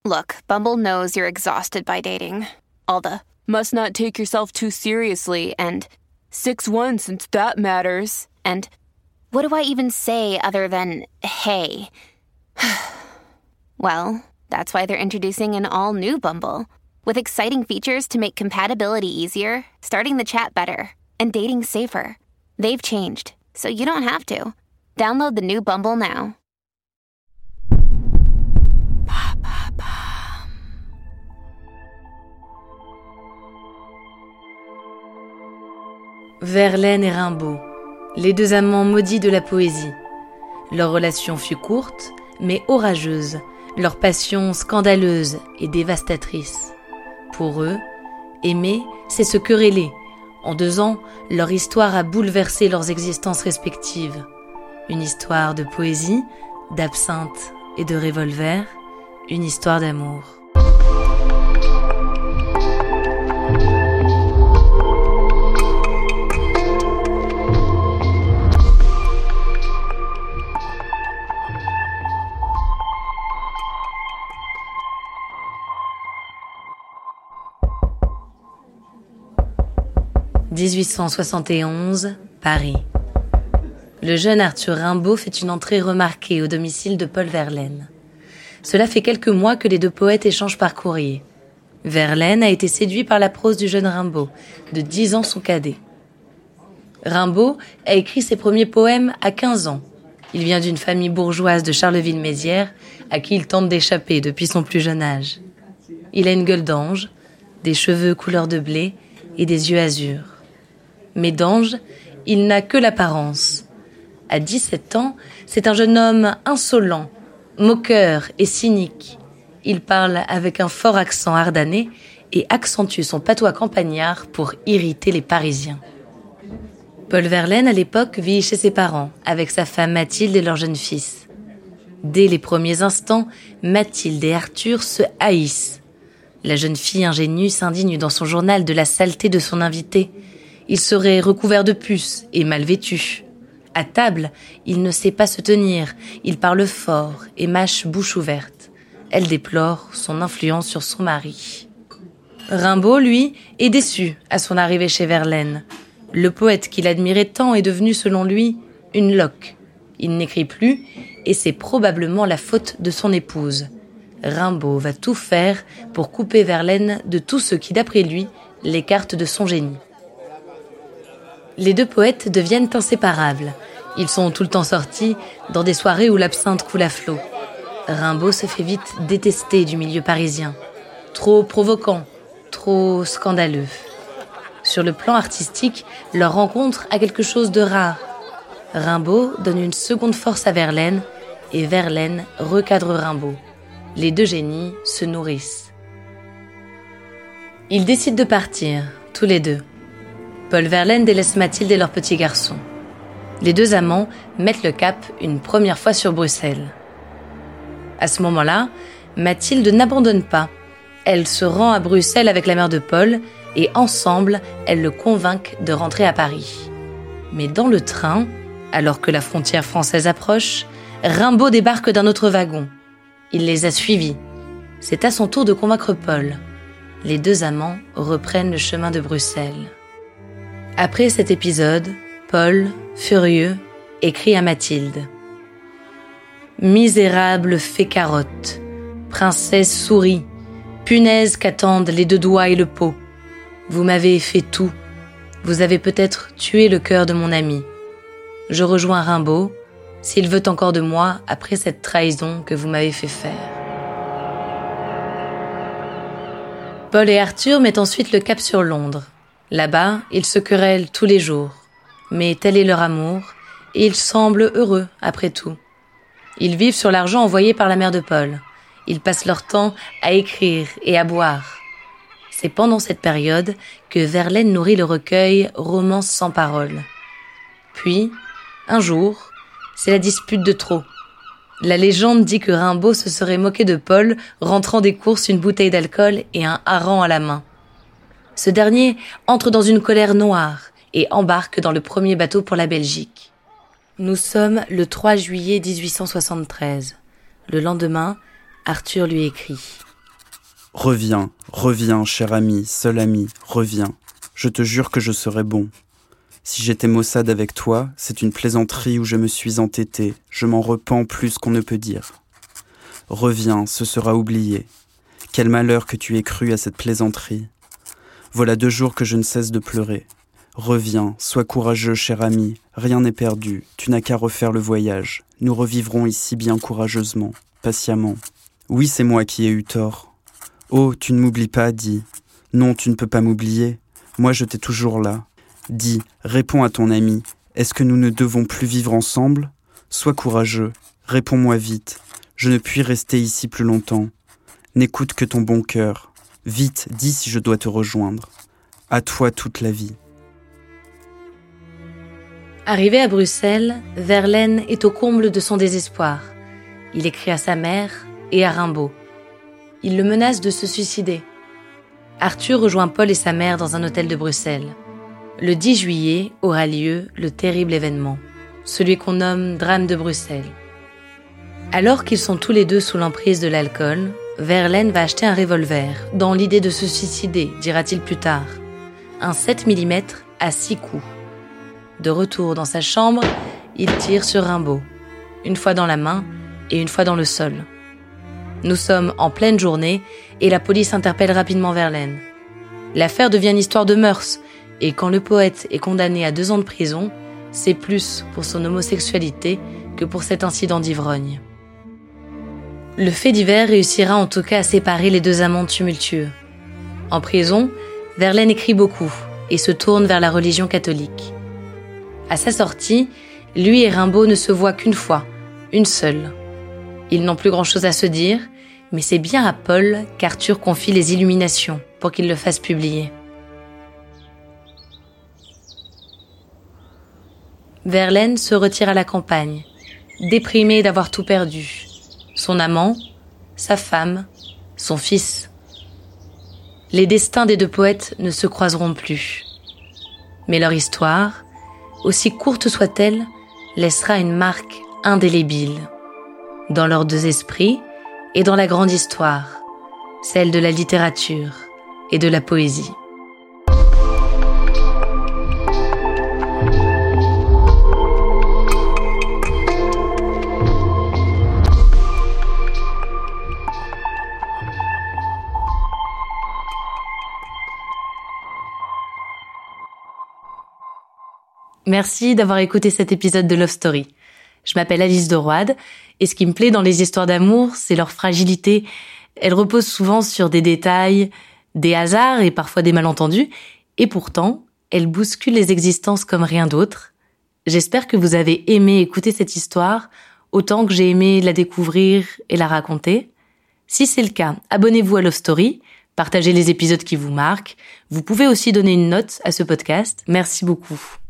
Look, Bumble knows you're exhausted by dating. All the must not take yourself too seriously and 6'1" since that matters. And what do I even say other than hey? Well, that's why they're introducing an all-new Bumble with exciting features to make compatibility easier, starting the chat better, and dating safer. They've changed, so you don't have to. Download the new Bumble now. Verlaine et Rimbaud, les deux amants maudits de la poésie. Leur relation fut courte, mais orageuse, leur passion scandaleuse et dévastatrice. Pour eux, aimer, c'est se quereller. En 2 ans, leur histoire a bouleversé leurs existences respectives. Une histoire de poésie, d'absinthe et de revolver, une histoire d'amour. « 1871, Paris. Le jeune Arthur Rimbaud fait une entrée remarquée au domicile de Paul Verlaine. Cela fait quelques mois que les deux poètes échangent par courrier. Verlaine a été séduit par la prose du jeune Rimbaud, de 10 ans son cadet. Rimbaud a écrit ses premiers poèmes à 15 ans. Il vient d'une famille bourgeoise de Charleville-Mézières, à qui il tente d'échapper depuis son plus jeune âge. Il a une gueule d'ange, des cheveux couleur de blé et des yeux azur. Mais d'ange, il n'a que l'apparence. À 17 ans, c'est un jeune homme insolent, moqueur et cynique. Il parle avec un fort accent ardennais et accentue son patois campagnard pour irriter les Parisiens. Paul Verlaine, à l'époque, vit chez ses parents, avec sa femme Mathilde et leur jeune fils. Dès les premiers instants, Mathilde et Arthur se haïssent. La jeune fille ingénue s'indigne dans son journal de la saleté de son invité. Il serait recouvert de puces et mal vêtu. À table, il ne sait pas se tenir, il parle fort et mâche bouche ouverte. Elle déplore son influence sur son mari. Rimbaud, lui, est déçu à son arrivée chez Verlaine. Le poète qu'il admirait tant est devenu, selon lui, une loque. Il n'écrit plus et c'est probablement la faute de son épouse. Rimbaud va tout faire pour couper Verlaine de tout ce qui, d'après lui, l'écarte de son génie. Les deux poètes deviennent inséparables. Ils sont tout le temps sortis dans des soirées où l'absinthe coule à flot. Rimbaud se fait vite détester du milieu parisien. Trop provoquant, trop scandaleux. Sur le plan artistique, leur rencontre a quelque chose de rare. Rimbaud donne une seconde force à Verlaine et Verlaine recadre Rimbaud. Les deux génies se nourrissent. Ils décident de partir, tous les deux. Paul Verlaine délaisse Mathilde et leur petit garçon. Les deux amants mettent le cap une première fois sur Bruxelles. À ce moment-là, Mathilde n'abandonne pas. Elle se rend à Bruxelles avec la mère de Paul et ensemble, elles le convainquent de rentrer à Paris. Mais dans le train, alors que la frontière française approche, Rimbaud débarque d'un autre wagon. Il les a suivis. C'est à son tour de convaincre Paul. Les deux amants reprennent le chemin de Bruxelles. Après cet épisode, Paul, furieux, écrit à Mathilde. « Misérable fée carotte, princesse souris, punaise qu'attendent les deux doigts et le pot. Vous m'avez fait tout. Vous avez peut-être tué le cœur de mon ami. Je rejoins Rimbaud, s'il veut encore de moi après cette trahison que vous m'avez fait faire. » Paul et Arthur mettent ensuite le cap sur Londres. Là-bas, ils se querellent tous les jours. Mais tel est leur amour, et ils semblent heureux après tout. Ils vivent sur l'argent envoyé par la mère de Paul. Ils passent leur temps à écrire et à boire. C'est pendant cette période que Verlaine nourrit le recueil « Romances sans paroles ». Puis, un jour, c'est la dispute de trop. La légende dit que Rimbaud se serait moqué de Paul, rentrant des courses une bouteille d'alcool et un hareng à la main. Ce dernier entre dans une colère noire et embarque dans le premier bateau pour la Belgique. Nous sommes le 3 juillet 1873. Le lendemain, Arthur lui écrit Reviens, reviens, cher ami, seul ami, reviens. Je te jure que je serai bon. Si j'étais maussade avec toi, c'est une plaisanterie où je me suis entêté. Je m'en repens plus qu'on ne peut dire. Reviens, ce sera oublié. Quel malheur que tu aies cru à cette plaisanterie. Voilà 2 jours que je ne cesse de pleurer. Reviens, sois courageux, cher ami, rien n'est perdu, tu n'as qu'à refaire le voyage. Nous revivrons ici bien courageusement, patiemment. Oui, c'est moi qui ai eu tort. Oh, tu ne m'oublies pas, dis. Non, tu ne peux pas m'oublier. Moi, je t'ai toujours là. Dis, réponds à ton ami. Est-ce que nous ne devons plus vivre ensemble ? Sois courageux, réponds-moi vite. Je ne puis rester ici plus longtemps. N'écoute que ton bon cœur. Vite, dis si je dois te rejoindre. À toi toute la vie. Arrivé à Bruxelles, Verlaine est au comble de son désespoir. Il écrit à sa mère et à Rimbaud. Il le menace de se suicider. Arthur rejoint Paul et sa mère dans un hôtel de Bruxelles. Le 10 juillet aura lieu le terrible événement, celui qu'on nomme drame de Bruxelles. Alors qu'ils sont tous les deux sous l'emprise de l'alcool, Verlaine va acheter un revolver, dans l'idée de se suicider, dira-t-il plus tard. Un 7 mm à 6 coups. De retour dans sa chambre, il tire sur Rimbaud, une fois dans la main et une fois dans le sol. Nous sommes en pleine journée et la police interpelle rapidement Verlaine. L'affaire devient une histoire de mœurs et quand le poète est condamné à 2 ans de prison, c'est plus pour son homosexualité que pour cet incident d'ivrogne. Le fait divers réussira en tout cas à séparer les 2 amants tumultueux. En prison, Verlaine écrit beaucoup et se tourne vers la religion catholique. À sa sortie, lui et Rimbaud ne se voient qu'une fois, une seule. Ils n'ont plus grand-chose à se dire, mais c'est bien à Paul qu'Arthur confie les Illuminations pour qu'il le fasse publier. Verlaine se retire à la campagne, déprimé d'avoir tout perdu. Son amant, sa femme, son fils. Les destins des 2 poètes ne se croiseront plus. Mais leur histoire, aussi courte soit-elle, laissera une marque indélébile dans leurs 2 esprits et dans la grande histoire, celle de la littérature et de la poésie. Merci d'avoir écouté cet épisode de Love Story. Je m'appelle Alice de Roide et ce qui me plaît dans les histoires d'amour, c'est leur fragilité. Elles reposent souvent sur des détails, des hasards et parfois des malentendus, et pourtant, elles bousculent les existences comme rien d'autre. J'espère que vous avez aimé écouter cette histoire autant que j'ai aimé la découvrir et la raconter. Si c'est le cas, abonnez-vous à Love Story, partagez les épisodes qui vous marquent. Vous pouvez aussi donner une note à ce podcast. Merci beaucoup.